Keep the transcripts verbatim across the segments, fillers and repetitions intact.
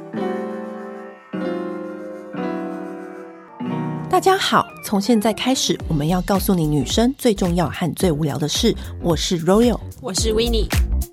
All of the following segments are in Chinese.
大家好，从现在开始，我们要告诉你女生最重要和最无聊的事。我是 Royal， 我是 Winnie。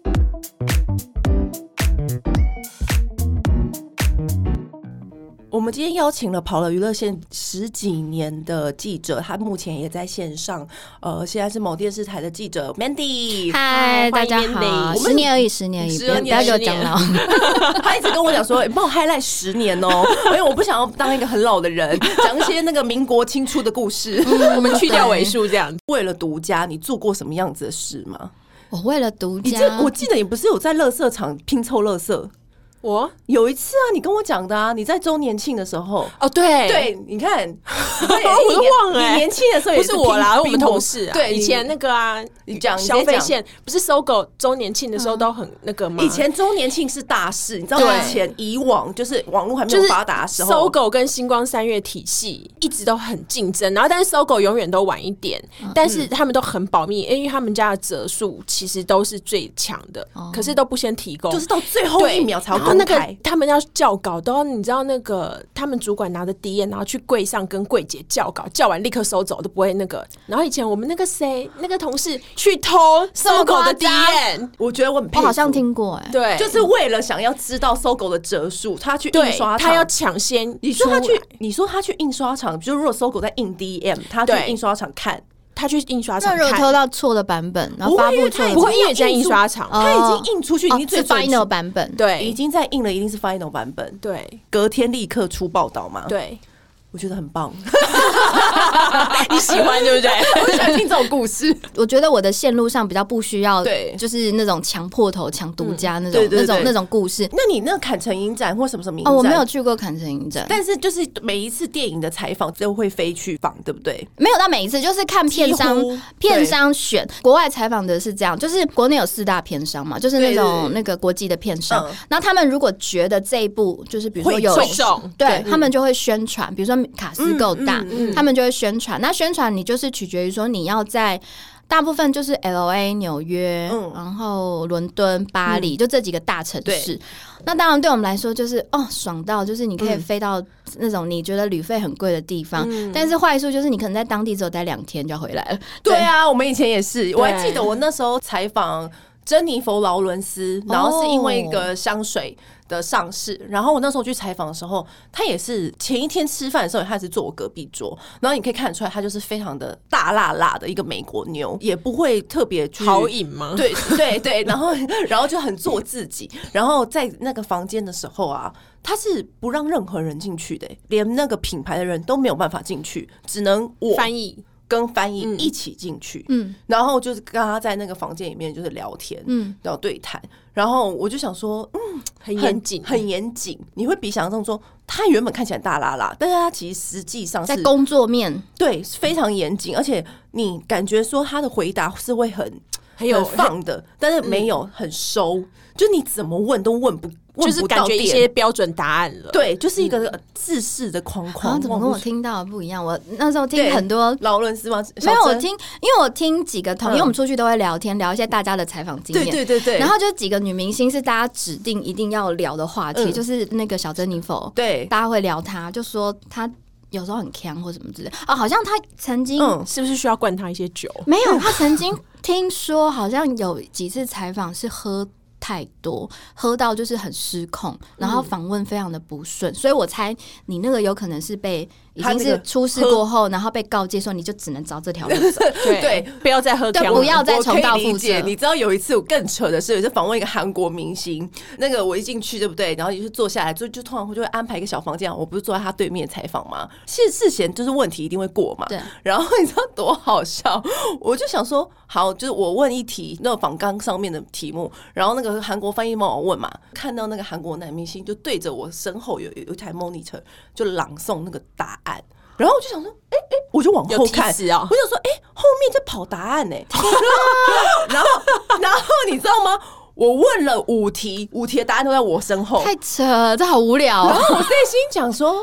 我们今天邀请了跑了娱乐线十几年的记者，他目前也在线上，呃，现在是某电视台的记者 Mandy。 嗨，大家好，十年而已，十年而已，不要给我讲老。 他一直跟我讲说，欸，帮我 highlight 十年哦，因为我不想要当一个很老的人，讲一些那个民国清初的故事， 嗯，我们去掉尾数这样。 为了独家，你做过什么样子的事吗？ 我为了独家， 我记得你不是有在垃圾场拼凑垃圾？ 我有一次啊，你跟我讲的啊，你在周年庆的时候， 哦，对对，你看， 我都忘了，欸， 你年轻的时候也不是我啦，我们同事啊， 对， 以前那个啊， 你讲消费线不是搜狗周年庆的时候都很那个吗？ 以前周年庆是大事，你知道以前以往就是网络还没有发达的时候， 搜狗跟星光三月体系一直都很竞争，然后但是搜狗永远都晚一点，嗯，但是他们都很保密，因为他们家的折数其实都是最强的，嗯，可是都不先提供， 就是到最后一秒才要公开， 那个他们要校稿都要，你知道那个他们主管拿着 D N， 然后去柜上跟柜姐校稿，校完立刻收走，都不会那个。然后以前我们那个谁那个同事去偷搜狗的 D N， 我觉得我很佩服， 我好像听过哎，欸， 对，就是为了想要知道搜狗的折数，他去印刷厂， 他要抢先。 你说他去，你说他去印刷厂，比如如果搜狗在印 D M， 他去印刷厂看。 他去印刷厂看， 那如果偷到错的版本，然后发布错， 不会，因为在印刷厂， 他已经印出去，已经最 final 版本， 对， 已经在印了，一定是 final 版本， 对， 隔天立刻出报道嘛， 对。 我觉得很棒， 你喜欢对不对？ 我喜欢听这种故事。 我觉得我的线路上比较不需要， 对， 就是那种抢破头、抢独家那种、嗯、那种那种故事。 那你那个坎城影展或什么什么影展？ 哦，我没有去过坎城影展， 但是就是每一次电影的采访都会飞去访，对不对？ 没有到每一次，就是看片商片商选。国外采访的是这样，就是国内有四大片商嘛，就是那种那个国际的片商，然后他们如果觉得这一部就是比如说有对，对他们就会宣传，比如说。卡斯够大，嗯嗯嗯，他们就会宣传。那宣传你就是取决于说你要在大部分就是 L A 纽约，嗯，然后伦敦、巴黎，嗯，就这几个大城市。那当然对我们来说就是哦，爽到就是你可以飞到那种你觉得旅费很贵的地方，嗯，但是坏处就是你可能在当地只有待两天就要回来了。 对啊，我们以前也是，我还记得我那时候采访珍妮佛劳伦斯，然后是因为一个香水的上市，然后我那时候去采访的时候，他也是前一天吃饭的时候，他是坐我隔壁桌，然后你可以看得出来，他就是非常的大辣辣的一个美国妞，也不会特别去好饮吗？ 对对对，然后然后就很做自己，然后在那个房间的时候啊，他是不让任何人进去的，连那个品牌的人都没有办法进去，只能我翻译。 跟翻译一起进去，嗯，然后就是跟他在那个房间里面就是聊天，嗯，然后对谈，然后我就想说，嗯， 很严谨， 很严谨。你会比想象中说，他原本看起来大拉拉，但是他其实实际上是在工作面对非常严谨，而且你感觉说他的回答是会很很有放的，但是没有很收，嗯，就你怎么问都问不。 就是感觉一些标准答案了， 对，就是一个自式的框框。 啊，怎么跟我听到的不一样？我那时候听很多劳伦斯吗？ 没有，我听，因为我听几个同，因为我们出去都会聊天，聊一些大家的采访经验。 对对对对。 然后就几个女明星是大家指定一定要聊的话题，嗯，就是那个小珍妮佛， 对， 大家会聊她，就说她有时候很强或什么之类。哦，好像她曾经， 嗯，是不是需要灌她一些酒？ 没有，她曾经听说好像有几次采访是喝。太多喝到就是很失控，然后访问非常的不顺，嗯，所以我猜你那个有可能是被已经是出事过后，然后被告诫说你就只能找这条路走， 对, 对， 不要再喝对，不要再重蹈覆辙。 你知道有一次我更扯的是，有一次访问一个韩国明星，那个我一进去对不对，然后就坐下来，就就通常就会安排一个小房间，我不是坐在他对面采访吗？事事前就是问题一定会过嘛， 对。 然后你知道多好笑？我就想说，好，就是我问一题那个访纲上面的题目，然后那个韩国翻译帮我问嘛，看到那个韩国男明星就对着我身后有有一台 monitor 就朗诵那个答案。然后我就想说，哎、欸、哎、欸，我就往后看， 有提示哦， 我想说，哎、欸，后面在跑答案呢、欸，然后，然后你知道吗？我问了五题，五题的答案都在我身后， 太扯了，这好无聊、哦。 然后我内心讲说，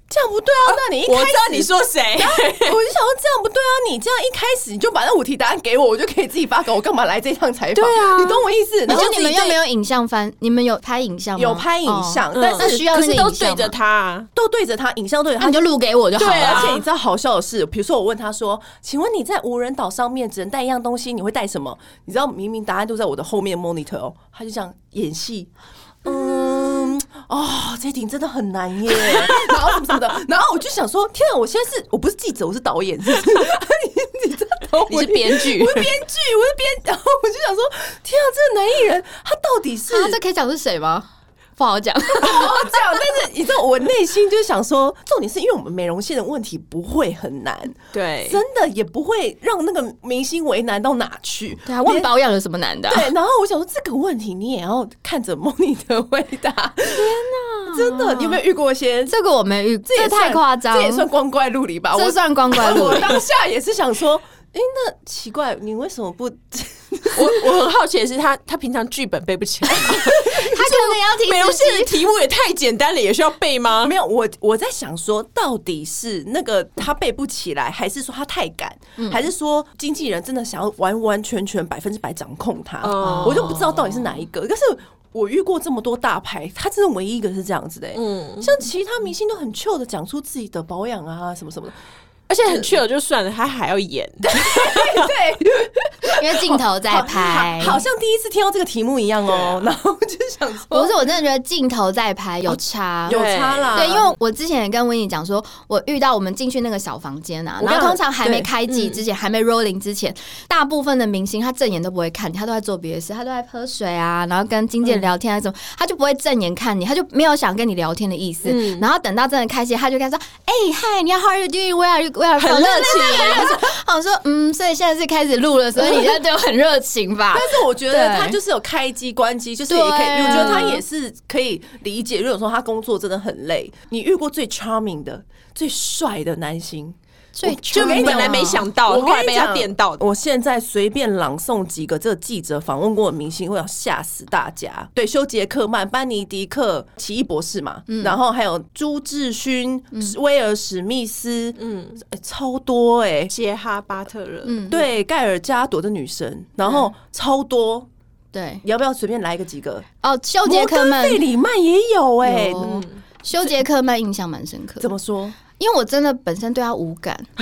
这样不对啊！那你一开始我知道你说谁， 我就想说这样不对啊！你这样一开始你就把那五题答案给我，我就可以自己发稿，我干嘛来这趟采访？ 对啊， 你懂我意思？ 然后你们又没有影像翻，你们有拍影像吗？ 有拍影像，但是需要那个影像都对着他， 都对着他，影像对着他， 你就录给我就好了。 对，而且你知道好笑的是，比如说我问他说：“请问你在无人岛上面只能带一样东西，你会带什么？”你知道明明答案都在我的后面 monitor 哦，他就这样演戏。嗯，哦，这一题真的很难耶，然后什么什么的，然后我就想说，天啊，我现在是我不是记者，我是导演，是不是？你你知道你是编剧， 我是编剧，我是编，然后我就想说，天啊，这个男艺人他到底是？ 啊，这可以讲是谁吗？不好讲， 不好讲。但是你知道，我内心就是想说，重点是因为我们美容线的问题不会很难， 对， 真的也不会让那个明星为难到哪去。 对啊，问保养有什么难的、啊？ 对，然后我想说这个问题你也要看着莫妮的回答。天哪，真的，你有没有遇过些？ 这个我没遇，这也太夸张， 这也算光怪陆离吧？ 这算光怪陆离。 我当下也是想说。哎、欸，那奇怪，你为什么不？ 我我很好奇的是他，他平常剧本背不起来，他可能要听美容线的题目也太简单了，也需要背吗？ 没有，我我在想说，到底是那个他背不起来，还是说他太赶，嗯、还是说经纪人真的想要完完全全百分之百掌控他？哦、我就不知道到底是哪一个。但是我遇过这么多大牌，他真的唯一一个是这样子的、欸。嗯，像其他明星都很 chill 的讲出自己的保养啊，什么什么的。 而且很 chill 就算了，他还要演， 对， 因为镜头在拍好，好像第一次听到这个题目一样哦。然后就想说， 不是，我真的觉得镜头在拍有差， 有差啦。 对，因为我之前也跟温妮讲说，我遇到我们进去那个小房间啊，然后通常还没开机之前，还没 rolling 之前，大部分的明星他正眼都不会看你，他都在做别的事，他都在喝水啊，然后跟经纪人聊天啊什么，他就不会正眼看你，他就没有想跟你聊天的意思。然后等到真的开机，他就跟他说：“哎，嗨，你好 ，How are you doing? Where are you?” 很热情， 我说嗯，所以现在是开始录了，所以你现在对我很热情吧？ 但是我觉得他就是有开机关机，就是也可以，我觉得他也是可以理解。如果说他工作真的很累，你遇过最 charming 的、最帅的男星？ 最就本来没想到， 我后来被他电到的。 我现在随便朗诵几个这个记者访问过的明星，会要吓死大家。对，休杰克曼、班尼迪克、奇异博士嘛，嗯、然后还有朱智勋、嗯、威尔史密斯，嗯，欸、超多哎、欸， 杰哈巴特勒， 嗯，对，盖尔加朵的女神，然后超多。 对， 要不要随便来个几个？ 哦，休杰克曼、 费里曼也有哎、欸， 嗯，休杰克曼印象蛮深刻。 怎么说？ 因为我真的本身对他无感啊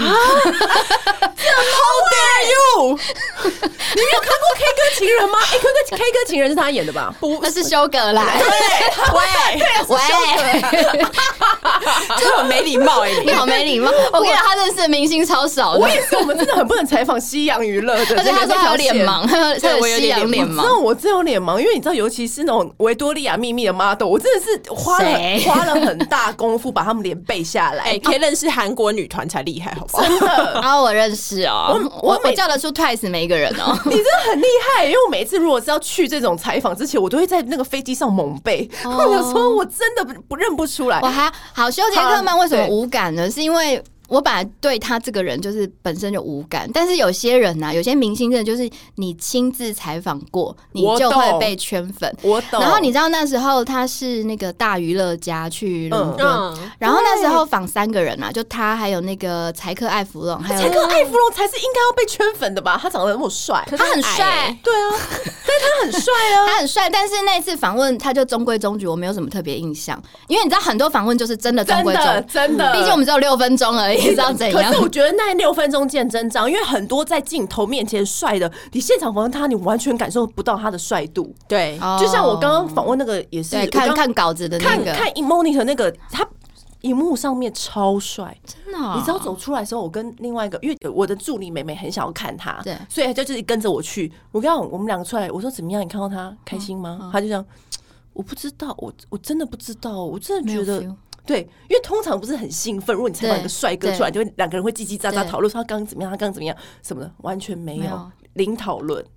！How dare you！ 你没有看过 K 歌情人吗？哎、欸、，K 歌 K 歌情人是他演的吧？ 不，那是休格莱。 喂喂， 这很没礼貌哎、欸！ 你好没礼貌！我跟你讲，他认识的明星超少的。 我也是，我们真的很不能采访西洋娱乐的。 而且他说他有脸盲，他有西洋脸盲。 知道我真有脸盲，因为你知道，尤其是那种维多利亚秘密的 model， 我真的是花了花了很大功夫把他们脸背下来。 欸可以认识韩国女团才厉害，好不好？ 真的， 然后我认识哦，我我我叫得出 Twice 每一个人哦。 你真的很厉害，因为我每次如果是要去这种采访之前，我都会在那个飞机上猛背。我想说，我真的不认不出来。 我还好，休杰克曼为什么无感呢？是因为我本来对他这个人就是本身就无感，但是有些人啊，有些明星真的就是你亲自采访过，你就会被圈粉。 我懂。 然后你知道那时候他是那个大娱乐家去伦敦，嗯嗯、然后那时候访三个人啊，就他还有那个柴克艾弗隆，还有柴克艾弗隆才是应该要被圈粉的吧？他长得那么帅， 他很帅， 对啊，但是他很帅啊， 他很帅。但是那次访问他就中规中矩，我没有什么特别印象，因为你知道很多访问就是真的中规中矩， 真的， 毕竟我们只有六分钟而已。你知道怎样？ 可是我觉得那六分钟见真章，因为很多在镜头面前帅的，你现场访问他，你完全感受不到他的帅度。 对， 哦、 就像我刚刚访问那个也是， 看看稿子的那个， 看看 monitor 那个，他荧幕上面超帅， 真的、哦。 你知道走出来的时候，我跟另外一个，因为我的助理妹妹很想要看他， 对， 所以他就自己跟着我去。我跟他我们两个出来，我说怎么样？你看到他开心吗？嗯嗯、他就这样，我不知道，我我真的不知道，我真的觉得。对，因为通常不是很兴奋，如果你采访一个帅哥出来，就会两个人会叽叽喳喳讨论说他刚刚怎么样，他刚刚怎么样什么的，完全没有，零讨论。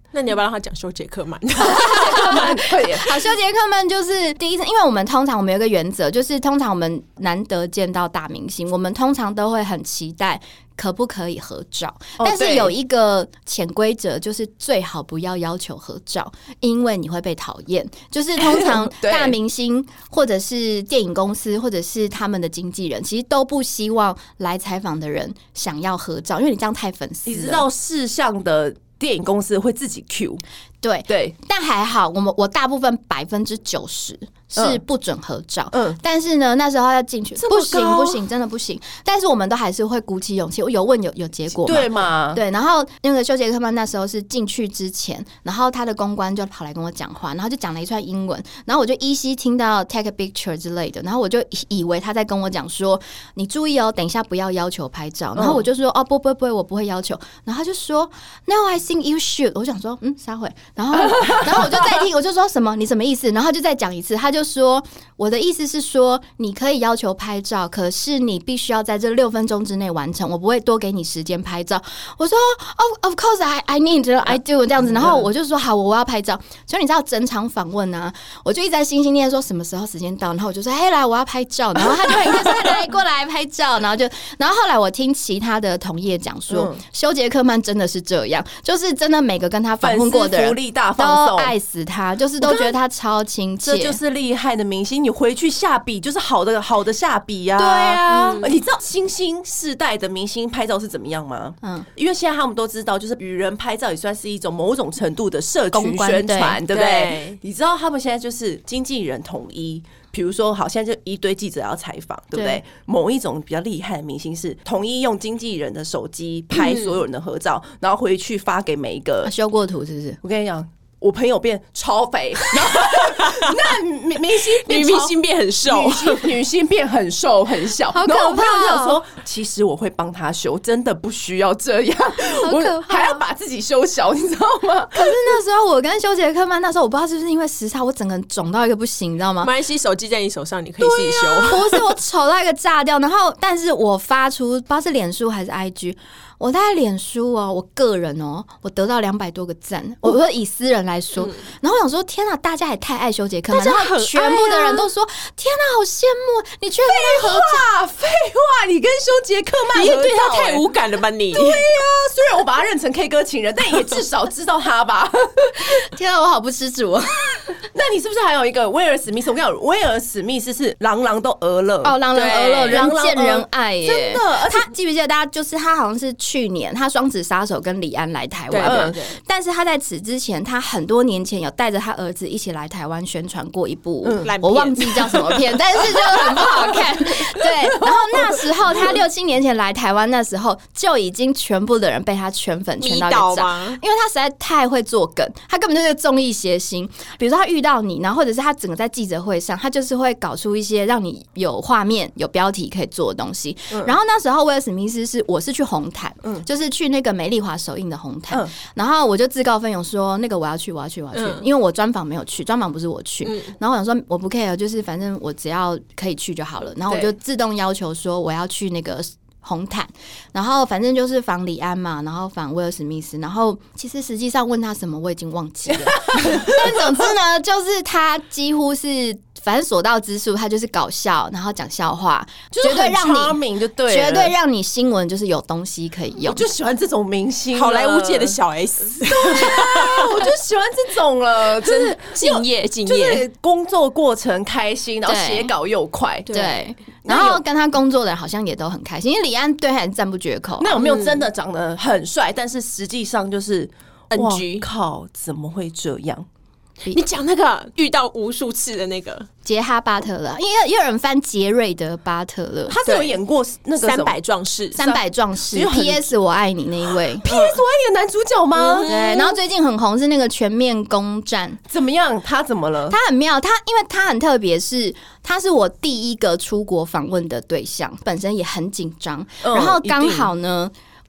那你要不要让他讲修杰克曼？ 好，修杰克曼就是第一次，因为我们通常我们有一个原则，就是通常我们难得见到大明星，我们通常都会很期待可不可以合照， 哦、 但是有一个潜规则，就是最好不要要求合照，因为你会被讨厌。就是通常大明星或者是电影公司或者是他们的经纪人，其实都不希望来采访的人想要合照，因为你这样太粉丝了。 你知道事项的电影公司会自己 Q。 对对， 但还好，我们我大部分百分之九十是不准合照。 嗯， 但是呢，那时候要进去，不行不行，真的不行。但是我们都还是会鼓起勇气，有问有有结果嘛， 对嘛？ 对。然后那个修杰克曼那时候是进去之前，然后他的公关就跑来跟我讲话，然后就讲了一串英文，然后我就依稀听到 take a picture 之类的，然后我就以为他在跟我讲说，你注意哦，等一下不要要求拍照。然后我就说，哦不不不，我不会要求。然后他就说 ，No, I think you should。我想说，嗯，撒回。然后，然后我就再听，我就说什么？你什么意思？然后他就再讲一次，他就说我的意思是说，你可以要求拍照，可是你必须要在这六分钟之内完成，我不会多给你时间拍照。我说 ，Of of course I I need I do 这样子。然后我就说好，我要拍照。所以你知道整场访问啊，我就一直在心心念说什么时候时间到，然后我就说嘿来我要拍照，然后他就很开心来过来拍照，然后就然后后来我听其他的同业讲说，嗯、修杰克曼真的是这样，就是真的每个跟他访问过的人。 大放送都爱死他，就是都觉得他超亲切， 这就是厉害的明星。你回去下笔就是好的好的下笔呀、啊。 对啊、 嗯，你知道新兴世代的明星拍照是怎么样吗？嗯，因为现在他们都知道，就是与人拍照也算是一种某种程度的社群宣传，对不对？对，你知道他们现在就是经纪人统一。比如说，好，现在就一堆记者要采访，对不对？某一种比较厉害的明星是统一用经纪人的手机拍所有人的合照，嗯、然后回去发给每一个。 修过图是不是？ 我跟你讲。我朋友变超肥，然后那明明星女明星变很瘦， 女星女星变很瘦很小， 好可怕、哦。 然后我朋友就想说，其实我会帮他修，真的不需要这样，我还要把自己修小，你知道吗？ 可是那时候我跟修杰克曼，那时候我不知道是不是因为时差，我整个人肿到一个不行，你知道吗？ 没关系，手机在你手上，你可以自己修。 啊、不是我丑到一个炸掉，然后但是我发出不知道是脸书还是 I G。我在脸书哦，我个人哦，我得到两百多个赞。我说以私人来说，嗯、然后我想说，天哪，大家也太爱修杰克曼， 然后全部的人都说，天哪，好羡慕你，居然跟他合照。废话，你跟修杰克曼合照、欸， 你对他太无感了吧你？ 对呀、啊，虽然我把他认成 K 歌情人，但也至少知道他吧。 天哪，我好不知足啊！ 那你是不是还有一个威尔史密斯？我跟你讲，威尔史密斯是朗朗都俄了哦，朗朗俄了，人见人爱耶， 真的。而且他记不记得大家就是他好像是去年他双子杀手跟李安来台湾嘛，但是他在此之前，他很多年前有带着他儿子一起来台湾宣传过一部，嗯、我忘记叫什么片，但是就很不好看。对，然后那时候他六七年前来台湾，那时候就已经全部的人被他圈粉圈到一个炸，因为他实在太会做梗，他根本就是综艺谐星。比如说他遇到你，然后或者是他整个在记者会上，他就是会搞出一些让你有画面、有标题可以做的东西。嗯、然后那时候威尔史密斯是我是去红毯，嗯、就是去那个美丽华首映的红毯，嗯、然后我就自告奋勇说那个我要去，我要去，我要去，嗯、因为我专访没有去，专访不是我去。嗯、然后我想说我不 care， 就是反正我只要可以去就好了。然后我就自动要求说我要去那个红毯，然后反正就是访李安嘛，然后访威尔史密斯，然后其实实际上问他什么我已经忘记了，但总之呢，就是他几乎是。反正所到之处，他就是搞笑，然后讲笑话， 就是绝对让你就对， 绝对让你新闻就是有东西可以用。 我就喜欢这种明星， 好莱坞界的小 S。 对啊，我就喜欢这种了，就是敬业敬业， 就是工作过程开心，然后写稿又快， 对。对然后跟他工作的人好像也都很开心，因为李安对他也赞不绝口、啊。 那有没有真的长得很帅，嗯、但是实际上就是 N G？ 靠，怎么会这样？ 你讲那个遇到无数次的那个杰哈巴特勒，因为也有人翻杰瑞德巴特勒， 他是有演过那个三百壮士， 三百壮士 P S 我爱你那一位 P S 我爱你的男主角吗？ 嗯、对，然后最近很红是那个全面攻占， 怎么样？他怎么了？ 他很妙，他因为他很特别，是他是我第一个出国访问的对象，本身也很紧张，嗯、然后刚好呢。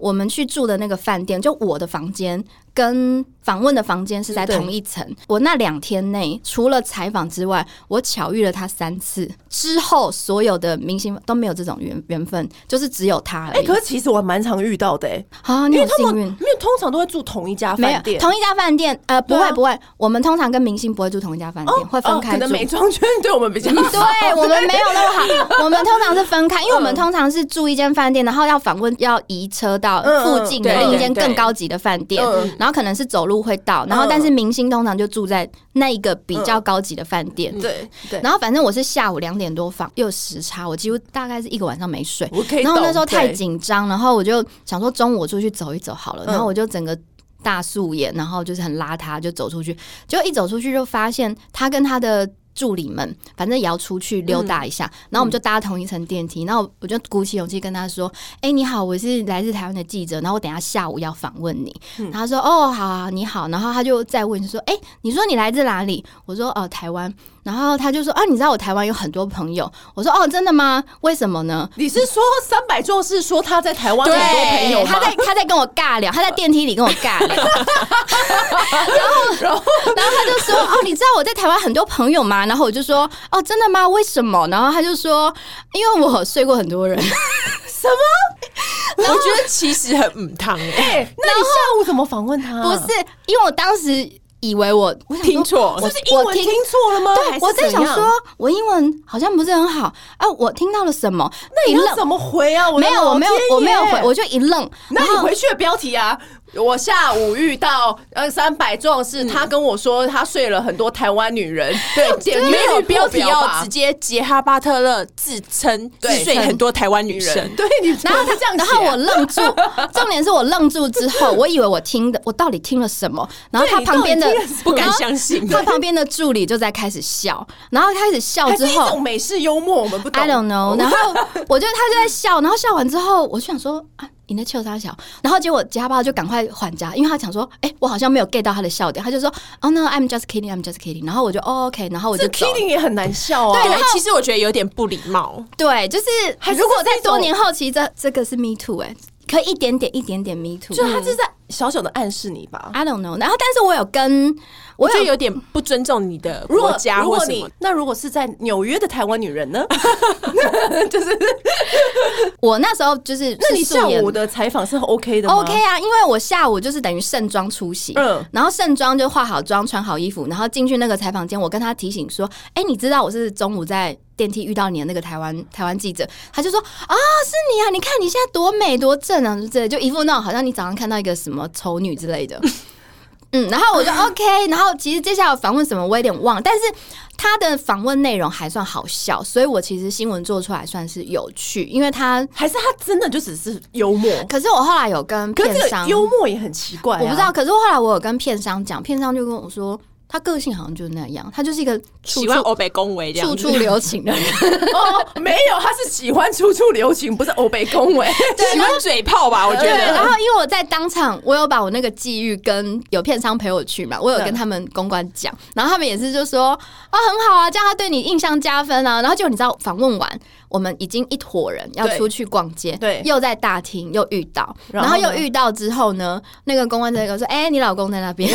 我们去住的那个饭店，就我的房间跟访问的房间是在同一层。我那两天内除了采访之外，我巧遇了他三次，之后所有的明星都没有这种缘缘分，就是只有他而已。 哎、欸，可是其实我蛮常遇到的哎、欸， 啊，你有幸运， 因为通常都会住同一家饭店， 同一家饭店，呃，不会、啊、不会，我们通常跟明星不会住同一家饭店， 哦、 会分开住。 哦、可能美妆圈对我们比较好， 对我们没有那么好，我们通常是分开，因为我们通常是住一间饭店，然后要访问要移车到附近的另一间更高级的饭店，嗯、然后可能是走路会到，然后但是明星通常就住在那一个比较高级的饭店， 嗯、对对。 然后反正我是下午两点多访，又有时差，我几乎大概是一个晚上没睡， 我可以。 然后那时候太紧张，然后我就想说中午我出去走一走好了，然后我就整个大素颜，然后就是很邋遢就走出去，结果一走出去就发现他跟他的助理们反正也要出去溜达一下，嗯、然后我们就搭同一层电梯，然后我就鼓起勇气跟他说：“哎、欸，你好，我是来自台湾的记者，然后我等一下下午要访问你。嗯”然后他说：“哦，好啊，你好。”然后他就再问说：“哎、欸，你说你来自哪里？”我说：“哦，台湾。”然后他就说：“啊，你知道我台湾有很多朋友。”我说：“哦，真的吗？为什么呢？” 你是说三百壮士说他在台湾很多朋友吗？ 他在他在跟我尬聊，他在电梯里跟我尬聊，然后然后然后他就说：“哦，你知道我在台湾很多朋友吗？”然后我就说：“哦，真的吗？为什么？”然后他就说：“因为我睡过很多人。” 什么？ 我觉得其实很母汤哎。 欸，那你下午怎么访问他？ 不是，因为我当时以为我听错， 就是英文听错了吗？ 对，我在想说，我英文好像不是很好啊，我听到了什么？ 那你要怎么回啊？我没有，我没有，我没有回，我就一愣。 那你回去的标题啊？我下午遇到呃三百壮士，他跟我说他睡了很多台湾女人， 对，没有标题要直接杰哈巴特勒自称睡很多台湾女生， 对，你然后他这样，然后我愣住，重点是我愣住之后，我以为我听的，我到底听了什么？然后他旁边的不敢相信， 他旁边的助理就在开始笑，然后开始笑之后， 一种美式幽默，我们不懂 ，I don't know。然后我觉得他就在笑，然后笑完之后，我就想说啊。你在笑他小，然后结果杰哈巴就赶快还价，因为他想说，哎、欸，我好像没有 get 到他的笑点，他就说，哦，那 I'm just kidding, I'm just kidding。然后我就，哦 ，OK， 然后我就走。 kidding 也很难笑啊。 对， 其实我觉得有点不礼貌。 对，就是如果在多年后，其实这这个是 me too 哎、欸。可以一点点一点点 me too， 就他是在小小的暗示你吧。 I don't know。然后，但是我有跟我觉得有点不尊重你的国家或什么。 那如果是在纽约的台湾女人呢？就是我那时候就是， 那你下午的采访是 OK 的吗 ？OK 啊，因为我下午就是等于盛装出席，嗯，然后盛装就化好妆、穿好衣服，然后进去那个采访间，我跟他提醒说：“哎、欸，你知道我是中午在电梯遇到你的那个台湾台湾记者。”他就说：“啊，是你啊！你看你现在多美多正啊！”就就一副那种好像你早上看到一个什么丑女之类的。嗯，然后我就 OK， 然后其实接下来访问什么我有点忘，但是他的访问内容还算好笑，所以我其实新闻做出来算是有趣，因为他还是他真的就只是幽默。 可是我后来有跟片商， 幽默也很奇怪、啊， 我不知道。可是后来我有跟片商讲，片商就跟我说。他个性好像就是那样，他就是一个喜欢欧北恭维、 处处留情的人。 哦，没有，他是喜欢处处留情，不是欧北恭维， 喜欢嘴炮吧？我觉得。 然后因为我在当场，我有把我那个际遇跟有片商陪我去嘛，我有跟他们公关讲，然后他们也是就说啊很好啊，这样他对你印象加分啊。然后结果你知道访问完，我们已经一伙人要出去逛街，对，又在大厅又遇到，然后又遇到之后呢，那个公关在跟我说：“哎、欸，你老公在那边。”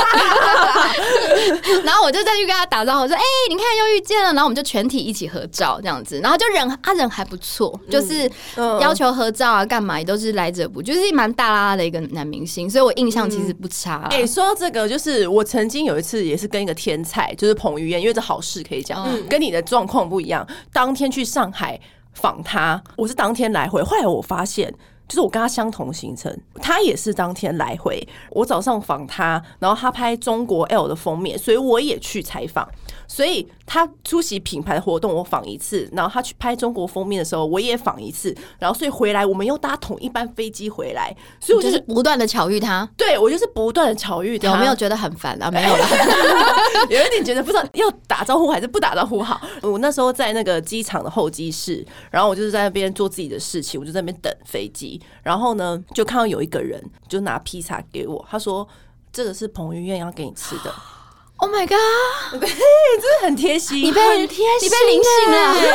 然后我就再去跟他打招呼，我说：“哎、欸，你看又遇见了。”然后我们就全体一起合照这样子，然后就人他人还不错，就是要求合照啊，干嘛也都是来者不拒，就是蛮大拉拉的一个男明星，所以我印象其实不差。 哎、嗯欸，说到这个，就是我曾经有一次也是跟一个天才，就是彭于晏，因为这好事可以讲，嗯、跟你的状况不一样。当天去上海访他，我是当天来回，后来我发现。就是我跟他相同行程，他也是当天来回。我早上访他，然后他拍中国 L 的封面，所以我也去采访。所以他出席品牌的活动，我访一次；然后他去拍中国封面的时候，我也访一次。然后所以回来，我们又搭同一班飞机回来。所以我就是、 就是不断的巧遇他。 对，我就是不断的巧遇他。 有没有觉得很烦啊？没有啦， 有一点觉得不知道要打招呼还是不打招呼好。我那时候在那个机场的候机室，然后我就是在那边做自己的事情，我就在那边等飞机。然后呢，就看到有一个人就拿披萨给我，他说：“这个是彭于晏要给你吃的。” Oh my god！ 对，真的很贴心， 你被很贴心，你被灵性了。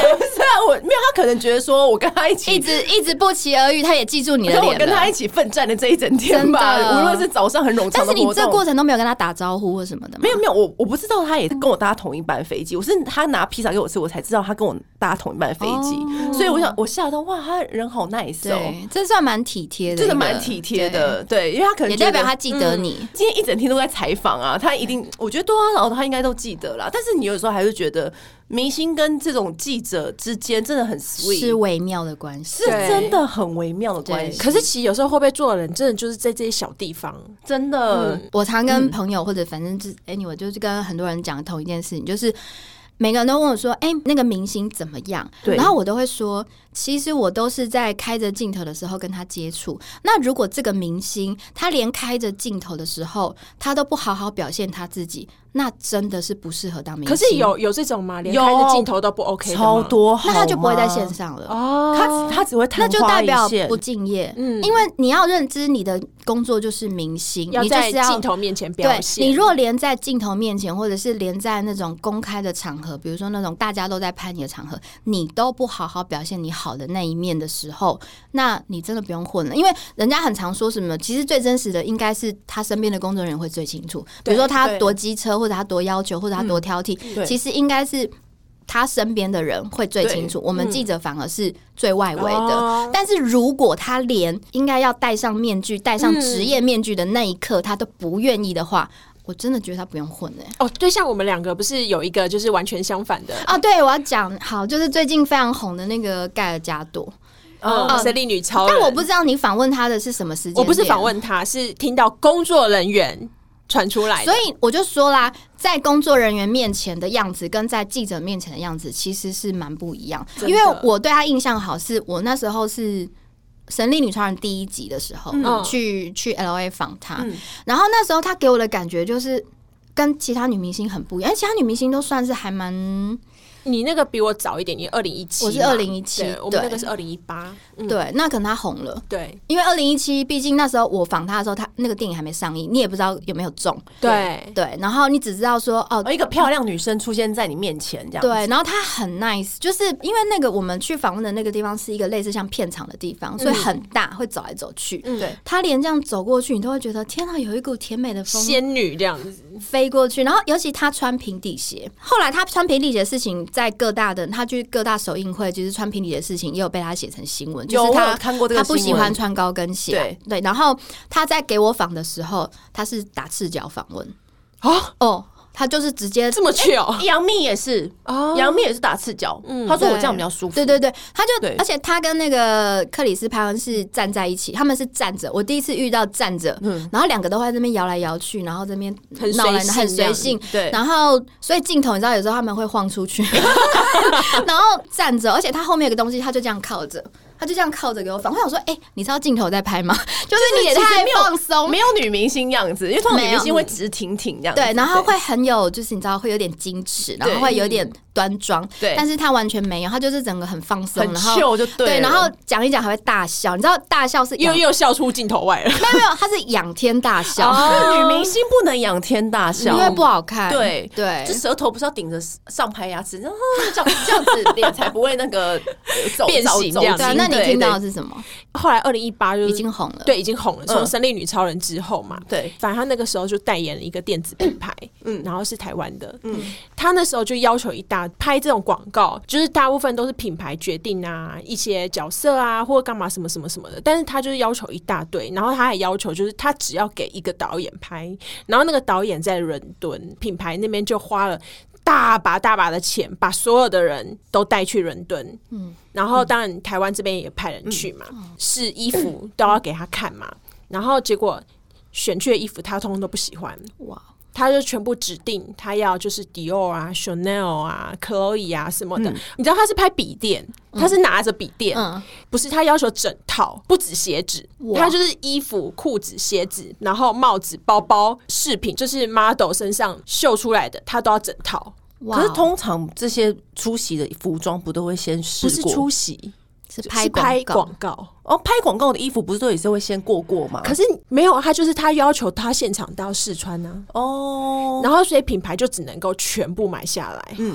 啊，我没有，他可能觉得说我跟他一起一直一直不期而遇，他也记住你的脸了。 我跟他一起奋战的这一整天吧，无论是早上很冗长的活动， 但是你这过程都没有跟他打招呼或什么的吗？ 没有没有，我我不知道他也跟我搭同一班飞机，我是他拿披萨给我吃，我才知道他跟我搭同一班飞机，哦、所以我想我吓到哇，他人好 nice 哦， 对，这算蛮体贴的， 真的蛮体贴的，对，因为他可能也代表他记得你、 嗯。今天一整天都在采访啊，他一定我觉得多多少少他应该都记得啦，但是你有时候还是觉得。明星跟这种记者之间真的很 sweet， 是微妙的关系， 是真的很微妙的关系。 可是其实有时候会不会做的人，真的就是在这些小地方， 真的。 嗯、我常跟朋友或者反正就是 anyway， 就是跟很多人讲同一件事情，就是每个人都问我说：“哎、欸，那个明星怎么样？”然后我都会说。其实我都是在开着镜头的时候跟他接触。那如果这个明星他连开着镜头的时候他都不好好表现他自己，那真的是不适合当明星。 可是有有这种吗？连开着镜头都不 OK 的吗？ 超多， 那他就不会在线上了。 哦，他他只会昙花一现， 那就代表不敬业。嗯，因为你要认知你的工作就是明星， 要在镜头面前表现。 对，你若连在镜头面前，或者是连在那种公开的场合，比如说那种大家都在拍你的场合，你都不好好表现你好。好的那一面的时候，那你真的不用混了，因为人家很常说什么，其实最真实的应该是他身边的工作人员会最清楚，比如说他多机车，或者他多要求，或者他多挑剔，嗯、其实应该是他身边的人会最清楚，我们记者反而是最外围的。嗯、但是如果他连应该要戴上面具、戴上职业面具的那一刻，他都不愿意的话。我真的觉得他不用混哎、欸、 哦，对，像我们两个不是有一个就是完全相反的哦，对，我要讲好，就是最近非常红的那个盖尔加朵。 哦，神力女超人， 但我不知道你访问他的是什么时间点。 我不是访问他，是听到工作人员传出来的， 所以我就说啦，在工作人员面前的样子跟在记者面前的样子其实是蛮不一样。因为我对他印象好，是我那时候是。神力女超人第一集的时候，嗯、去去 L A 访她，嗯、然后那时候她给我的感觉就是跟其他女明星很不一样，因为其他女明星都算是还蛮。 你那个比我早一点，你二零一七， 我是二零一七， 我们那个是二零一八， 对，那可能他红了， 对， 因为二零一七，毕竟那时候我访他的时候，他那个电影还没上映，你也不知道有没有中， 对对，然后你只知道说哦， 一个漂亮女生出现在你面前这样子， 对，然后她很 nice， 就是因为那个我们去访问的那个地方是一个类似像片场的地方，所以很大，会走来走去，嗯，对，他连这样走过去，你都会觉得天啊，有一股甜美的风， 仙女这样子飞过去，然后尤其他穿平底鞋，后来他穿平底鞋的事情在各大的。他去各大首映会，就是穿平底的事情，也有被他写成新闻。就是他看过这个他不喜欢穿高跟鞋， 对对。然后他在给我访的时候，他是打赤脚访问啊哦。他就是直接这么去哦， 杨幂也是，杨幂也是打赤脚。嗯，他说我这样比较舒服。 对对对，他就而且他跟那个克里斯潘恩是站在一起，他们是站着。我第一次遇到站着，嗯，然后两个都会在那边摇来摇去，然后这边很闹来很随性， 对。 然后所以镜头你知道有时候他们会晃出去，然后站着，而且他后面有个东西，他就这样靠着。他就这样靠着给我访，我想说，哎、欸，你知道镜头在拍吗？就是你也太放松， 没有女明星样子，因为通常女明星会直挺挺这样子， 对，然后会很有，就是你知道会有点矜持，然后会有点端庄，对，但是他完全没有，他就是整个很放松， 很 chill 就对了， 对，然后讲一讲还会大笑，你知道大笑是又又笑出镜头外了， 没有没有，他是仰天大笑， 哦、女明星不能仰天大笑， 因为不好看， 对对， 就舌头不是要顶着上排牙齿，这样这样子脸才不会那个走变形这样子。 那你听到的是什么？ 后来二零一八就已经红了， 对，已经红了。从神力女超人之后嘛， 对， 反正他那个时候就代言了一个电子品牌，嗯，然后是台湾的，嗯，他那时候就要求一大拍这种广告，就是大部分都是品牌决定啊，一些角色啊，或者干嘛什么什么什么的，但是他就是要求一大堆，然后他还要求就是他只要给一个导演拍，然后那个导演在伦敦，品牌那边就花了大把大把的钱，把所有的人都带去伦敦，嗯，然后当然台湾这边也派人去嘛，嗯、试衣服都要给他看嘛，然后结果选去的衣服他通通都不喜欢，哇！他就全部指定他要就是 Dior 啊 Chanel 啊 Chloe 啊什么的、嗯、你知道他是拍笔电，他是拿着笔电、嗯、不是他要求整套，不止鞋子，他就是衣服裤子鞋子然后帽子包包饰品，就是 model 身上秀出来的他都要整套。 可是通常这些出席的服装不都会先试过？ 不是出席， 是拍广告哦，拍广告的衣服不是都也是会先过过吗？ 可是没有，他就是他要求他现场都要试穿啊。哦，然后所以品牌就只能够全部买下来。嗯，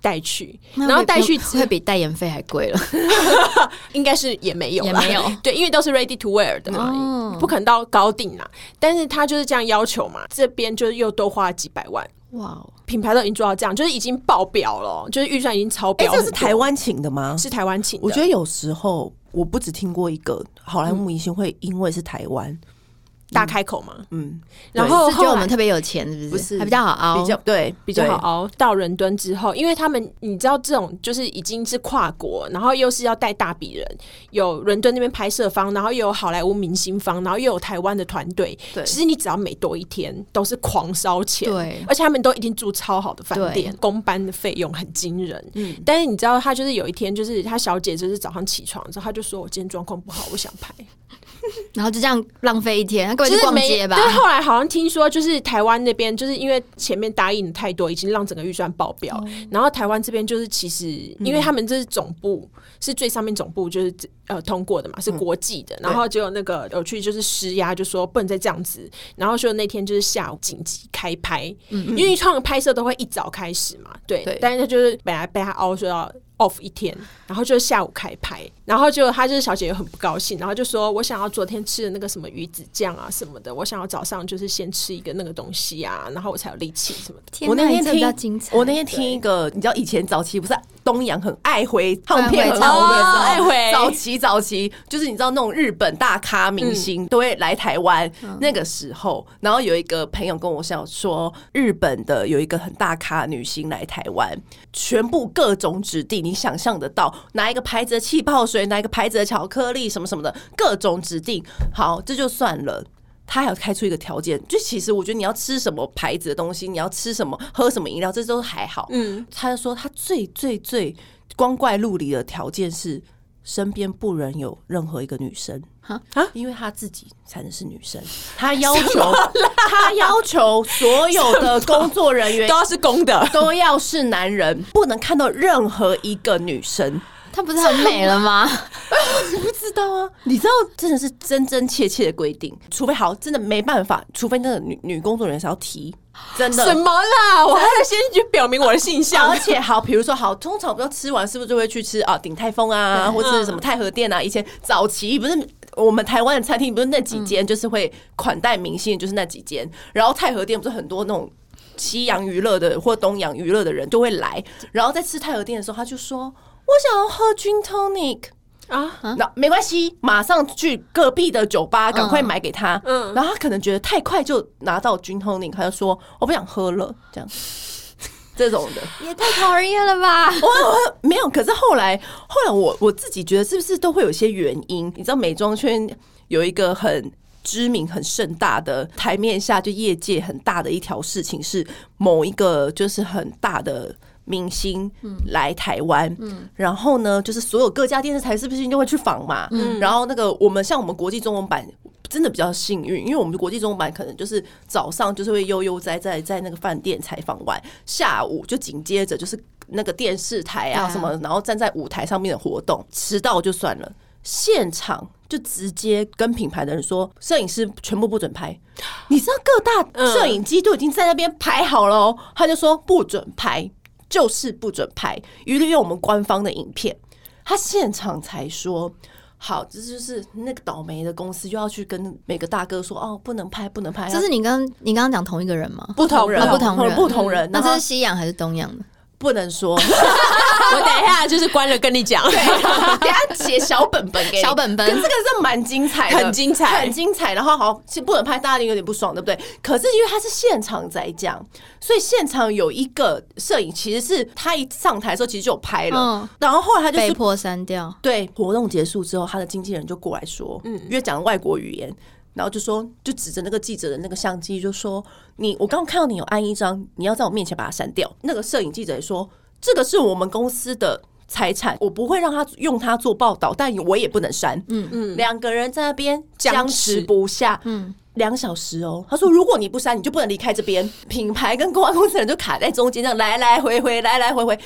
带去，然后带去会比代言费还贵了， 应该是也没有啦， 也没有， 对，因为都是 ready to wear 的嘛，哦、不可能到高定啦。但是他就是这样要求嘛，这边就是又多花了几百万。哇，品牌都已经做到这样，就是已经爆表了，就是预算已经超标。 哎、欸，这是台湾请的吗？ 是台湾请的。 我觉得有时候我不只听过一个好莱坞明星会因为是台湾。嗯大开口嘛， 嗯， 然后是觉得我们特别有钱，是不是？ 不是， 还比较好熬， 比较对， 比较好熬。到伦敦之后，因为他们你知道，这种就是已经是跨国，然后又是要带大笔人，有伦敦那边拍摄方，然后又有好莱坞明星方，然后又有台湾的团队。对，其实你只要每多一天都是狂烧钱，对，而且他们都一定住超好的饭店，公班的费用很惊人。嗯，但是你知道，他就是有一天，就是他小姐就是早上起床之后，他就说：“我今天状况不好，我想拍。” 然后就这样浪费一天，他根本就逛街吧。 对，后来好像听说，就是台湾那边，就是因为前面答应的太多，已经让整个预算爆表。哦、然后台湾这边就是其实，因为他们这是总部，嗯、是最上面总部就是呃通过的嘛，是国际的。嗯、然后就有那个有去就是施压，就说不能再这样子。然后说那天就是下午紧急开拍，嗯嗯因为创拍摄都会一早开始嘛，对。对但是他就是本来被他凹说要off 一天，然后就下午开拍，然后就他就是小姐又很不高兴，然后就说我想要昨天吃的那个什么鱼子酱啊什么的，我想要早上就是先吃一个那个东西啊，然后我才有力气什么的。 我那天听，我那天听一个，你知道以前早期不是东阳很爱回唱片很红的时候，爱回早期早期就是你知道那种日本大咖明星、嗯、都会来台湾、嗯、那个时候，然后有一个朋友跟我想说，日本的有一个很大咖女星来台湾，全部各种指定。你想象得到哪一个牌子的气泡水，哪一个牌子的巧克力，什么什么的，各种指定。好，这就算了。他还要开出一个条件，就其实我觉得你要吃什么牌子的东西，你要吃什么，喝什么饮料，这都还好。嗯，他就说他最最最光怪陆离的条件是，身边不能有任何一个女生。啊，因为他自己才能是女生，他要求他要求所有的工作人员都要是公的， 都要是男人，不能看到任何一个女生。 她不是很美了吗？ 不知道啊，你知道真的是真真切切的规定，除非好真的没办法，除非那个女女工作人员是要提。真的什么啦？我还要先去表明我的性向， 而且好，比如说好，通常不要吃完是不是就会去吃啊鼎泰丰啊，或者是什么太和殿啊？以前早期不是我们台湾的餐厅，不是那几间就是会款待明星，就是那几间。然后太和殿不是很多那种西洋娱乐的或东洋娱乐的人都会来，然后在吃太和殿的时候，他就说：“我想要喝 gin tonic。”啊，那没关系，马上去隔壁的酒吧，赶快买给他。嗯，然后他可能觉得太快就拿到 gin tonic， 他就说我不想喝了，这样这种的也太讨人厌了吧？ 我我没有，可是后来后来我我自己觉得是不是都会有一些原因？你知道美妆圈有一个很知名、很盛大的台面下，就业界很大的一条事情是某一个就是很大的。明星来台湾、嗯，然后呢，就是所有各家电视台是不是就会去访嘛？嗯，然后那个我们像我们国际中文版真的比较幸运，因为我们国际中文版可能就是早上就是会悠悠哉哉在那个饭店采访完，下午就紧接着就是那个电视台啊什么，然后站在舞台上面的活动，迟到就算了，现场就直接跟品牌的人说，摄影师全部不准拍。你知道各大摄影机都已经在那边排好了哦，他就说不准拍。就是不准拍，于利用我们官方的影片，他现场才说好，这就是那个倒霉的公司就要去跟每个大哥说哦，不能拍，不能拍。 这是你跟你刚刚讲同一个人吗？ 不同人， 哦、不同人， 不同人。 那这是西洋还是东洋的？ 不能说， 我等一下就是关了跟你讲。 对，等一下写小本本给你， 小本本， 这个是蛮精彩的， 很精彩， 很精彩。然后好，其实不能拍，大家一定有点不爽，对不对？可是因为他是现场在讲，所以现场有一个摄影，其实是他一上台的时候其实就有拍了，嗯、然后后来他就被迫删掉。 对，活动结束之后，他的经纪人就过来说，嗯，因为讲外国语言。然后就说，就指着那个记者的那个相机，就说：“你，我刚刚看到你有按一张，你要在我面前把它删掉。”那个摄影记者也说：“这个是我们公司的财产，我不会让他用它做报道，但我也不能删。”嗯嗯，两个人在那边僵持不下，嗯，两小时哦。他说：“如果你不删，你就不能离开这边。”品牌跟公关公司的人就卡在中间，这样来来回回，来来回回。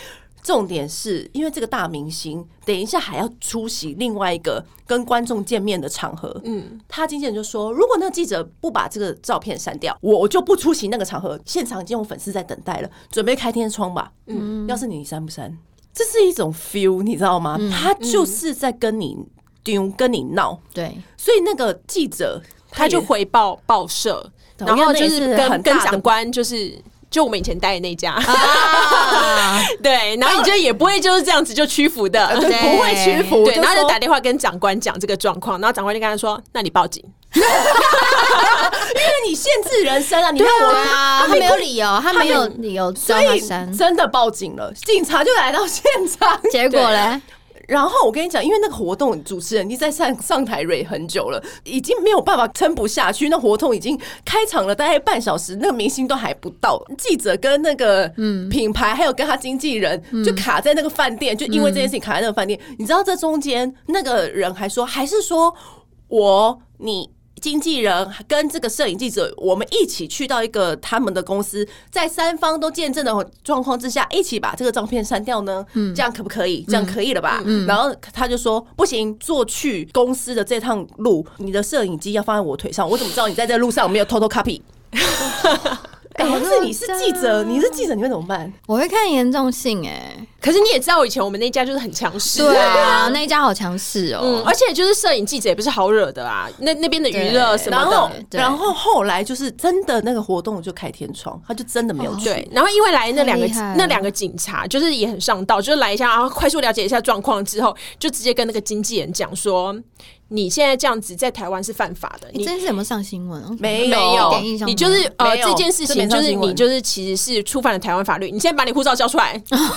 重点是因为这个大明星等一下还要出席另外一个跟观众见面的场合，嗯，他经纪人就说，如果那个记者不把这个照片删掉，我我就不出席那个场合，现场已经有粉丝在等待了，准备开天窗吧，嗯，要是你，你删不删？这是一种 feel， 你知道吗？嗯、他就是在跟你丢，跟你闹， 对， 所以那个记者他就回报报社，然后就是跟跟长官就是。就我们以前待的那家，啊、对，然后你就也不会就是这样子就屈服的， 不会屈服， 对，然后就打电话跟长官讲这个状况，然后长官就跟他说：“那你报警。” 因为你限制人身啊，你看我啊，他没有理由，他没有理由， 所以真的报警了，警察就来到现场， 结果嘞。 然后我跟你讲，因为那个活动主持人已经在上上台蕊很久了，已经没有办法撑不下去。那活动已经开场了大概半小时，那个明星都还不到，记者跟那个品牌还有跟他经纪人就卡在那个饭店，就因为这件事情卡在那个饭店。你知道这中间那个人还说，还是说我你。经纪人跟这个摄影记者，我们一起去到一个他们的公司，在三方都见证的状况之下，一起把这个照片删掉呢？嗯，这样可不可以？这样可以了吧？嗯，然后他就说不行，坐去公司的这趟路，你的摄影机要放在我腿上，我怎么知道你在这路上没有偷偷 copy？哎、欸，可是你是记者，你是记者，你会怎么办？ 我会看严重性哎、欸。 可是你也知道，以前我们那家就是很强势， 对啊，那一家好强势哦、 嗯。而且就是摄影记者也不是好惹的啊，那那边的娱乐什么的。 然后后来就是真的那个活动就开天窗，他就真的没有去。 对，然后因为来那两个那两个警察就是也很上道，就是来一下，然后快速了解一下状况之后，就直接跟那个经纪人讲说。你现在这样子在台湾是犯法的。 你这件事有没有上新闻？ 没有，没有。 你就是呃这件事情就是你就是其实是触犯了台湾法律。你现在把你护照交出来。你知道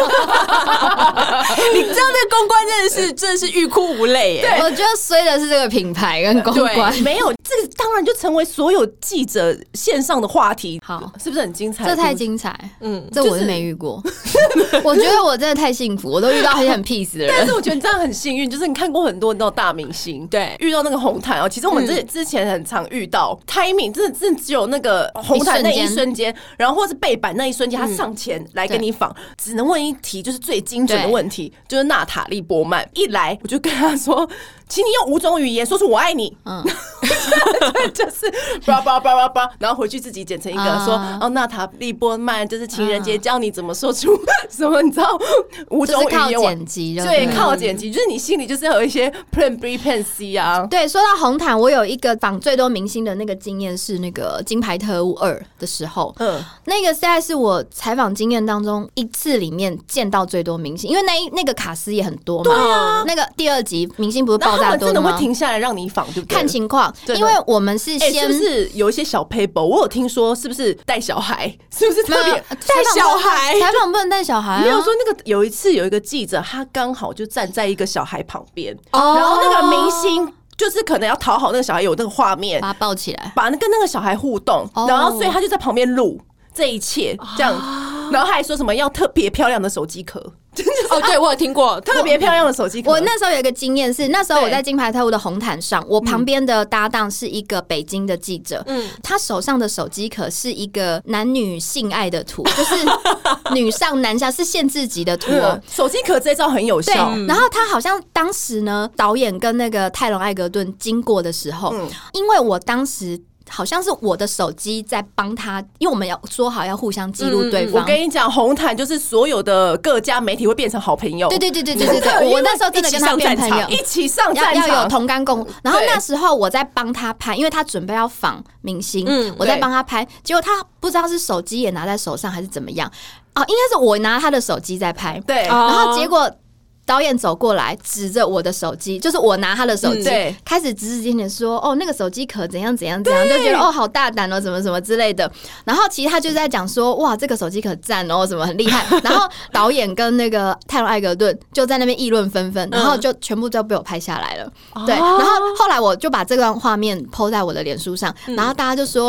这个公关真的是真的是欲哭无泪耶。 对，我觉得衰的是这个品牌跟公关。 没有，这个当然就成为所有记者线上的话题。 好， 是不是很精彩？ 这太精彩。嗯，这我是没遇过。我觉得我真的太幸福，我都遇到一些很 peace 的人。 但是我觉得你这样很幸运，就是你看过很多那种大明星。 对， 遇到那个红毯哦，其实我们之之前很常遇到、嗯、timing， 真的真的只有那个红毯那一瞬间，然后或是背板那一瞬间，他上前来跟你访、嗯，只能问一题，就是最精准的问题，就是娜塔莉波曼一来，我就跟他说，请你用五种语言说出我爱你。嗯，就是叭叭叭叭叭，然后回去自己剪成一个、uh, 说哦，娜塔莉波曼就是情人节教你怎么说出什么，你知道五种语言， 就是靠剪辑， 对，靠剪辑，就是你心里就是有一些 plan B plan C 啊。 对，说到红毯，我有一个访最多明星的那个经验是那个《金牌特务二》的时候，嗯，那个实在是我采访经验当中一次里面见到最多明星，因为那那个卡司也很多嘛， 对啊， 那个第二集明星不是爆炸多的吗？ 真的会停下来让你访，对不对？ 看情况，因为我们是先、 欸、是不是有一些小 paper？ 我有听说，是不是带小孩？是不是特别带小孩？ 采访不能带小孩、啊。 没有说那个有一次有一个记者，他刚好就站在一个小孩旁边、哦，然后那个明星。就是可能要讨好那个小孩有那个画面， 把他抱起来， 把那跟那个小孩互动，哦、然后所以他就在旁边录这一切，这样，哦、然后还说什么要特别漂亮的手机壳。 哦，对，我有听过特别漂亮的手机壳。 我那时候有一个经验是，那时候我在金牌特务的红毯上，我旁边的搭档是一个北京的记者，嗯，他手上的手机壳是一个男女性爱的图，就是女上男下，是限制级的图哦。 嗯、手机壳这招很有效。 对，然后他好像当时呢，导演跟那个泰隆艾格顿经过的时候，嗯、因为我当时。好像是我的手机在帮他，因为我们要说好要互相记录对方、嗯。 我跟你讲，红毯就是所有的各家媒体会变成好朋友。 对对对对对对对，我那时候真的跟他变朋友， 一起上战场， 要有同甘共。然后那时候我在帮他拍，因为他准备要访明星，嗯、我在帮他拍，结果他不知道是手机也拿在手上还是怎么样啊？应该是我拿他的手机在拍， 对， 然后结果。导演走过来，指着我的手机，就是我拿他的手机、嗯，开始指指点点说：“哦，那个手机壳怎样怎样怎样。”就觉得哦，好大胆哦，什么什么之类的。然后其实他就在讲说：“哇，这个手机壳赞哦，什么很厉害。”然后导演跟那个泰隆艾格顿就在那边议论纷纷，然后就全部都被我拍下来了。嗯、对，然后后来我就把这段画面 po 在我的脸书上，然后大家就说。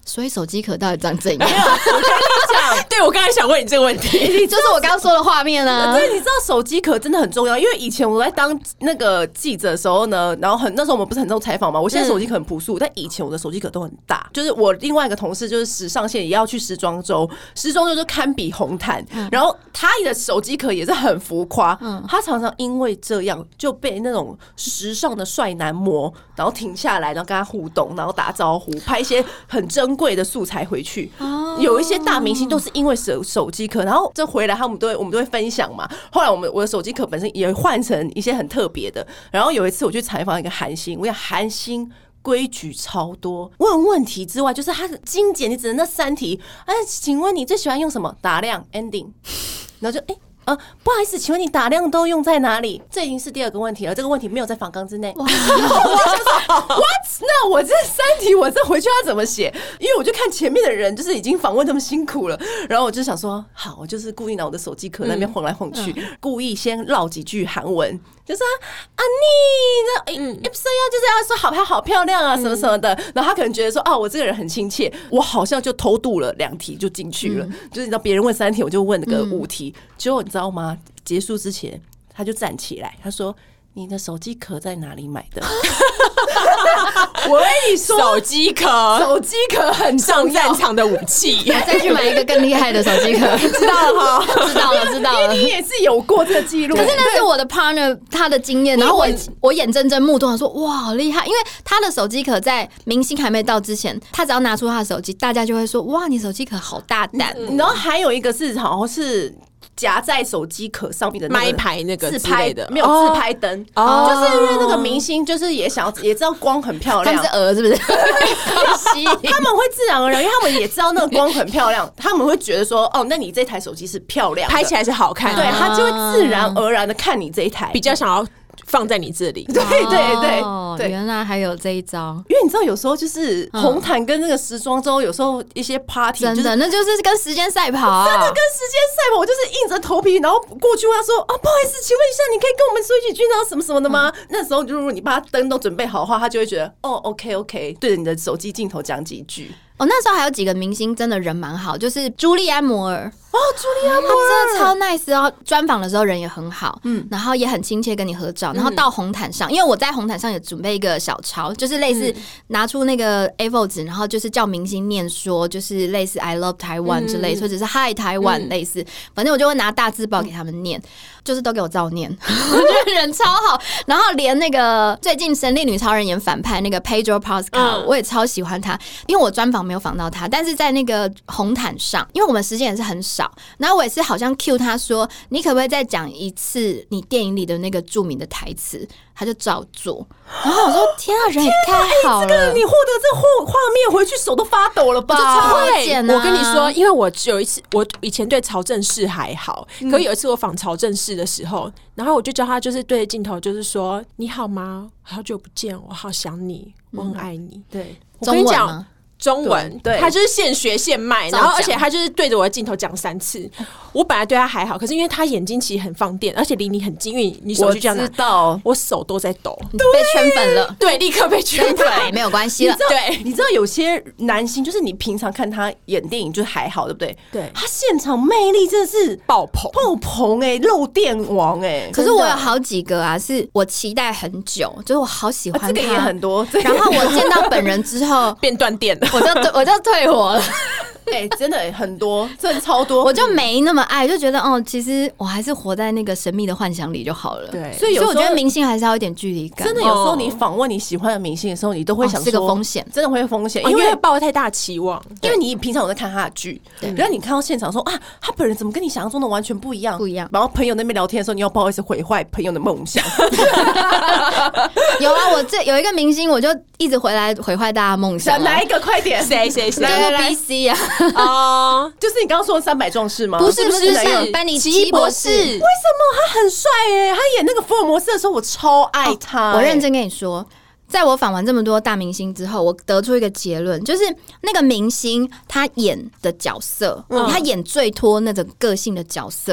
所以手机壳到底长怎样？ 我跟你讲， 对我刚才想问你这个问题， 就是我刚刚说的画面啊。 对，你知道手机壳真的很重要，因为以前我在当那个记者的时候呢，然后很那时候我们不是很重采访嘛，我现在手机壳很朴素，但以前我的手机壳都很大。就是我另外一个同事就是时尚线也要去时装周，时装周就堪比红毯，然后他的手机壳也是很浮夸，他常常因为这样就被那种时尚的帅男模，然后停下来，然后跟他互动，然后打招呼，拍一些很珍贵的素材回去。有一些大明星都是因为手手机壳，然后这回来他们都会我们都会分享嘛。后来我们我的手机壳本身也换成一些很特别的。然后有一次我去采访一个韩星，我想韩星规矩超多，问问题之外，就是他的精简，你只能那三题。哎，请问你最喜欢用什么？打量 ending， 然后就哎。欸呃，不好意思，请问你打量都用在哪里？这已经是第二个问题了，这个问题没有在访纲之内。我就想说 ，What？ 那我这三题我这回去要怎么写？因为我就看前面的人就是已经访问这么辛苦了，然后我就想说，好，我就是故意拿我的手机壳那边晃来晃去，嗯、故意先唠几句韩文，就是啊，啊你那哎，不是要就是要说好漂好漂亮啊什么什么的，嗯、然后他可能觉得说，啊，我这个人很亲切，我好像就偷渡了两题就进去了，嗯、就是你知道别人问三题，我就问那个五题，结果你知道。知道吗？结束之前，他就站起来，他说：“你的手机壳在哪里买的？”我跟你说， 手机壳， 手机壳很上战场的武器。 我再去买一个更厉害的手机壳， 知道了哈， 知道了，知道了。 因为你也是有过这个记录， 可是那是我的 partner 他的经验，然后我我眼睁睁目睹，说哇，好厉害！因为他的手机壳在明星还没到之前，他只要拿出他的手机，大家就会说哇，你手机壳好大胆。 嗯、然后还有一个是好像是。夹在手机壳上面的麦牌那个自拍的， 没有自拍灯，哦、就是因为那个明星就是也想要也知道光很漂亮， 他们是鹅是不是？ 他们会自然而然，因为他们也知道那个光很漂亮，他们会觉得说，哦，那你这台手机是漂亮的， 拍起来是好看的， 对，他就会自然而然的看你这一台， 比较想要。放在你这里， 对对对对， 原来还有这一招。 因为你知道，有时候就是红毯跟那个时装周，有时候一些 party， 真的那就是跟时间赛跑， 真的跟时间赛跑。我就是硬着头皮，然后过去问他说：“啊，不好意思，请问一下，你可以跟我们说几句，然后什么什么的吗？”嗯、那时候，如果你把灯都准备好的话，他就会觉得哦 ，OK OK， 对着你的手机镜头讲几句。 哦，那时候还有几个明星真的人蛮好，就是朱莉安·摩尔哦，朱莉安·摩尔她真的超 nice， 然后专访的时候人也很好，嗯，然后也很亲切跟你合照，然后到红毯上，因为我在红毯上也准备一个小抄，就是类似拿出那个 A 四 纸，然后就是叫明星念说，就是类似 I love Taiwan 之类，或者是 Hi Taiwan 类似，反正我就会拿大字报给他们念，就是都给我照念，我觉得人超好，然后连那个最近神力女超人演反派那个 Pedro Pascal，我也超喜欢他，因为我专访没有访到他，但是在那个红毯上，因为我们时间也是很少，然后我也是好像 cue 他说，你可不可以再讲一次你电影里的那个著名的台词？他就照做，然后我说天啊，人也太好了！ 欸、这个你获得这画画面回去手都发抖了吧？ 就超会剪啊！ 我跟你说，因为我有一次，我以前对曹正奭还好，嗯、可有一次我访曹正奭的时候，然后我就叫他就是对着镜头就是说你好吗？好久不见，我好想你，我很爱你。嗯、 对， 我跟你讲。中文，对，他就是现学现卖，然后而且他就是对着我的镜头讲三次。我本来对他还好，可是因为他眼睛其实很放电，而且离你很近，因为你手机这样拿， 我知道， 我手都在抖， 被圈粉了， 对，立刻被圈粉， 没有关系了。 对， 你知道有些男星，就是你平常看他演电影就是还好，对不对？ 对， 他现场魅力真的是爆棚， 爆棚哎，漏电王哎。 可是我有好几个啊，是我期待很久，就是我好喜欢他， 啊、这个也很多。 然后我见到本人之后变断电了， 我就我就。退火了， 哎、欸，真的很多，真的超多， 我就没那么爱，就觉得哦，其实我还是活在那个神秘的幻想里就好了。 对， 所以有时候我觉得明星还是要有点距离感。 真的，有时候你访问你喜欢的明星的时候，你都会想说、哦、 是个风险， 真的会风险， 因为抱太大期望， 因为你平常有在看他的剧，然后你看到现场说啊，他本人怎么跟你想象中的完全不一样， 不一样。 然后朋友那边聊天的时候，你要不好意思毁坏朋友的梦想。 有啊，我这有一个明星，我就一直回来毁坏大家梦想。 哪一个？快点， 谁谁谁？ 来来来 ，B C 啊， 哦，就是你刚刚说的三百壮士吗？ 不是不是，是班尼奇博士。为什么他很帅耶？他演那个福尔摩斯的时候，我超爱他、 哦。我认真跟你说，在我访完这么多大明星之后，我得出一个结论，就是那个明星他演的角色，嗯、他演最脱那种个性的角色。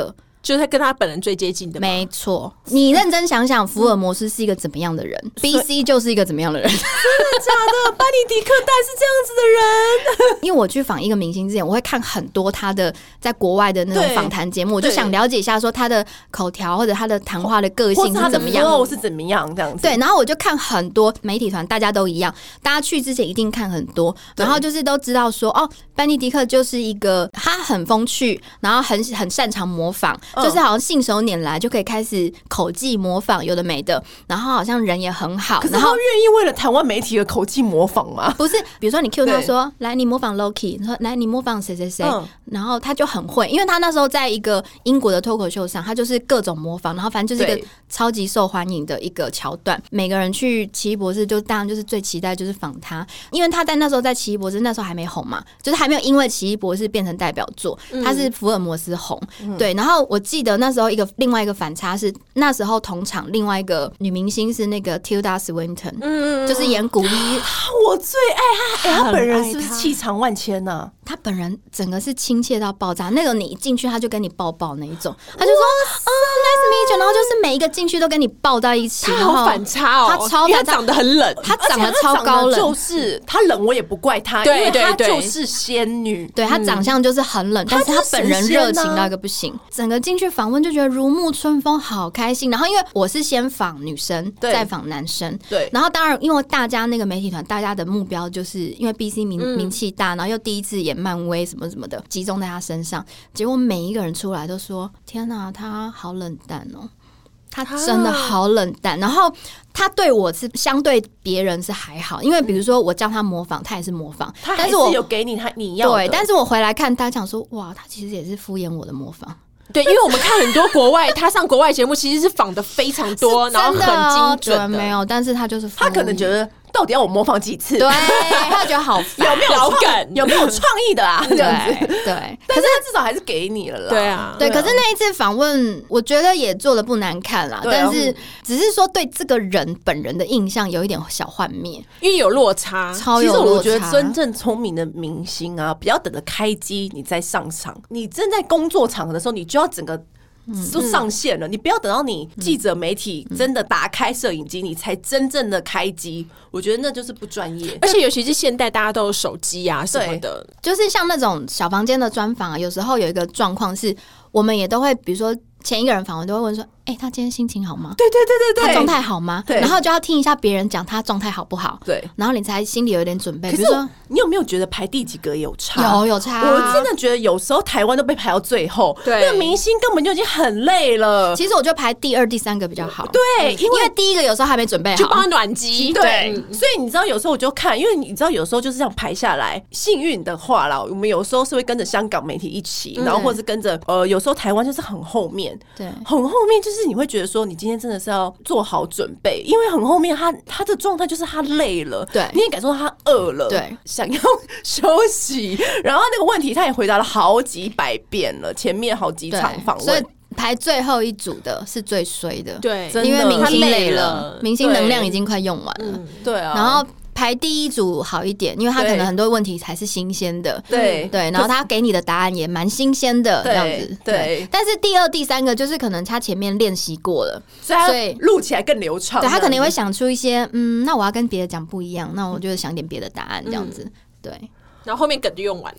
就是他跟他本人最接近的。 没错，你认真想想，福尔摩斯是一个怎么样的人 ，B C 就是一个怎么样的人？真的假的？班尼迪克戴是这样子的人？ 因为我去访一个明星之前，我会看很多他的在国外的那种访谈节目，我就想了解一下说他的口条或者他的谈话的个性是怎么样， 是怎么样这样子。 对，然后我就看很多媒体团，大家都一样，大家去之前一定看很多，然后就是都知道说，哦，班尼迪克就是一个他很风趣，然后很很擅长模仿，嗯、就是好像信手拈来就可以开始口技模仿，有的没的，然后好像人也很好。 可是他愿意为了台湾媒体的口技模仿吗？ 不是，比如说你 cue 他说，来你模仿 Loki， 你说来你模仿谁谁谁，然后他就很会，因为他那时候在一个英国的脱口秀上，他就是各种模仿，然后反正就是一个超级受欢迎的一个桥段。每个人去奇异博士，就当然就是最期待就是访他，因为他在那时候在奇异博士那时候还没红嘛，就是还没有因为奇异博士变成代表作，他是福尔摩斯红。嗯、对，然后我记得那时候一个另外一个反差是，那时候同场另外一个女明星是那个 Tilda Swinton， 嗯，就是演古力， 我最爱她，欸、她本人是不是气场万千呢、啊？ 她本人整个是亲切到爆炸，那个你一进去他就跟你抱抱那一种，他就说哦 nice meet you， 然后就是每一个进去都跟你抱在一起， 他好反差哦， 他超他长得很冷， 他长得超高冷， 就是他冷我也不怪他， 对对对， 因为他就是仙女， 对他长相就是很冷，嗯、但是他本人热情到一个不行，整个进去访问就觉得如沐春风，好开心。然后因为我是先访女生，再访男生， 对， 然后当然因为大家那个媒体团，大家的目标就是因为 B C 名、嗯、名气大，然后又第一次演漫威什么什么的，集中在他身上，结果每一个人出来都说：“天哪，他好冷淡哦。”他真的好冷淡，然后他对我是相对别人是还好，因为比如说我叫他模仿，他也是模仿， 他还是有给你他你要的， 对，但是我回来看他讲说，哇，他其实也是敷衍我的模仿。 对，因为我们看很多国外，他上国外节目其实是仿的非常多，然后很精准的， 没有，但是他就是他可能觉得。到底要我模仿几次？ 对，他觉得好烦， 有没有老梗？有没有创意的啊？ 对对， 可是他至少还是给你了啦。 对啊， 对。可是那一次访问，我觉得也做的不难看啦，但是只是说对这个人本人的印象有一点小幻灭， 因为有落差， 超有落差。 其实我觉得真正聪明的明星啊，不要等着开机你再上场，你正在工作场合的时候，你就要整个。都上线了，你不要等到你记者媒体真的打开摄影机，你才真正的开机。我觉得那就是不专业， 而且尤其是现代，大家都有手机啊什么的， 就是像那种小房间的专访啊，有时候有一个状况是，我们也都会，比如说前一个人访问都会问说：“哎、欸，他今天心情好吗？ 对对对对对， 他状态好吗？”然后就要听一下别人讲他状态好不好， 对， 然后你才心里有点准备。 可是比如说， 你有没有觉得排第几个有差？ 有有差、啊， 我真的觉得有时候台湾都被排到最后， 对， 那个明星根本就已经很累了。 其实我觉得排第二、第三个比较好， 对，因为, 因为第一个有时候还没准备好， 就帮他暖机。 对，嗯、所以你知道有时候我就看，因为你知道有时候就是这样排下来，幸运的话啦，我们有时候是会跟着香港媒体一起，然后或者是跟着呃，有时候台湾就是很后面， 对， 很后面就是你会觉得说你今天真的是要做好准备，因为很后面他他的状态就是他累了， 对， 你也感受到他饿了， 对， 想要休息，然后那个问题他也回答了好几百遍了，前面好几场访问， 所以排最后一组的是最衰的， 对， 因为明星累了， 明星能量已经快用完了， 嗯、对啊， 然后。排第一组好一点，因为他可能很多问题才是新鲜的， 对对，然后他给你的答案也蛮新鲜的这样子， 对。对但是第二、第三个就是可能他前面练习过了， 所以录起来更流畅。 对他可能会想出一些，嗯，那我要跟别的讲不一样，那我就想点别的答案这样子，嗯、对。 然后后面梗就用完了，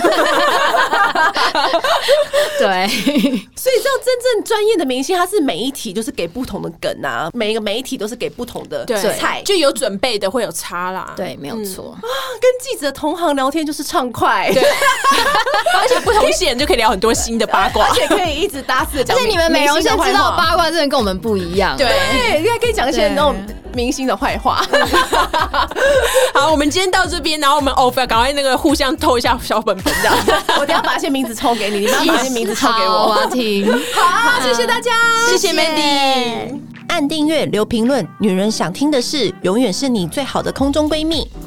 对， 所以这样真正专业的明星，他是每一题就是给不同的梗啊，每一个媒体都是给不同的菜， 就有准备的会有差啦， 对，没有错、 嗯、啊。跟记者同行聊天就是畅快，对， 而且不同线就可以聊很多新的八卦， 而且可以一直搭字的讲。 而且你们美容线知道八卦真的跟我们不一样， 对，应该可以讲一些那种明星的坏话。 好，我们今天到这边，然后我们 off 赶快那个互相偷一下小本本，这样。 我等一下把一些名字抽给你，你把一些名字抽给我， 我要听。 好啊，谢谢大家， 谢谢 Mandy。 按订阅，留评论，女人想听的事，永远是你最好的空中闺蜜。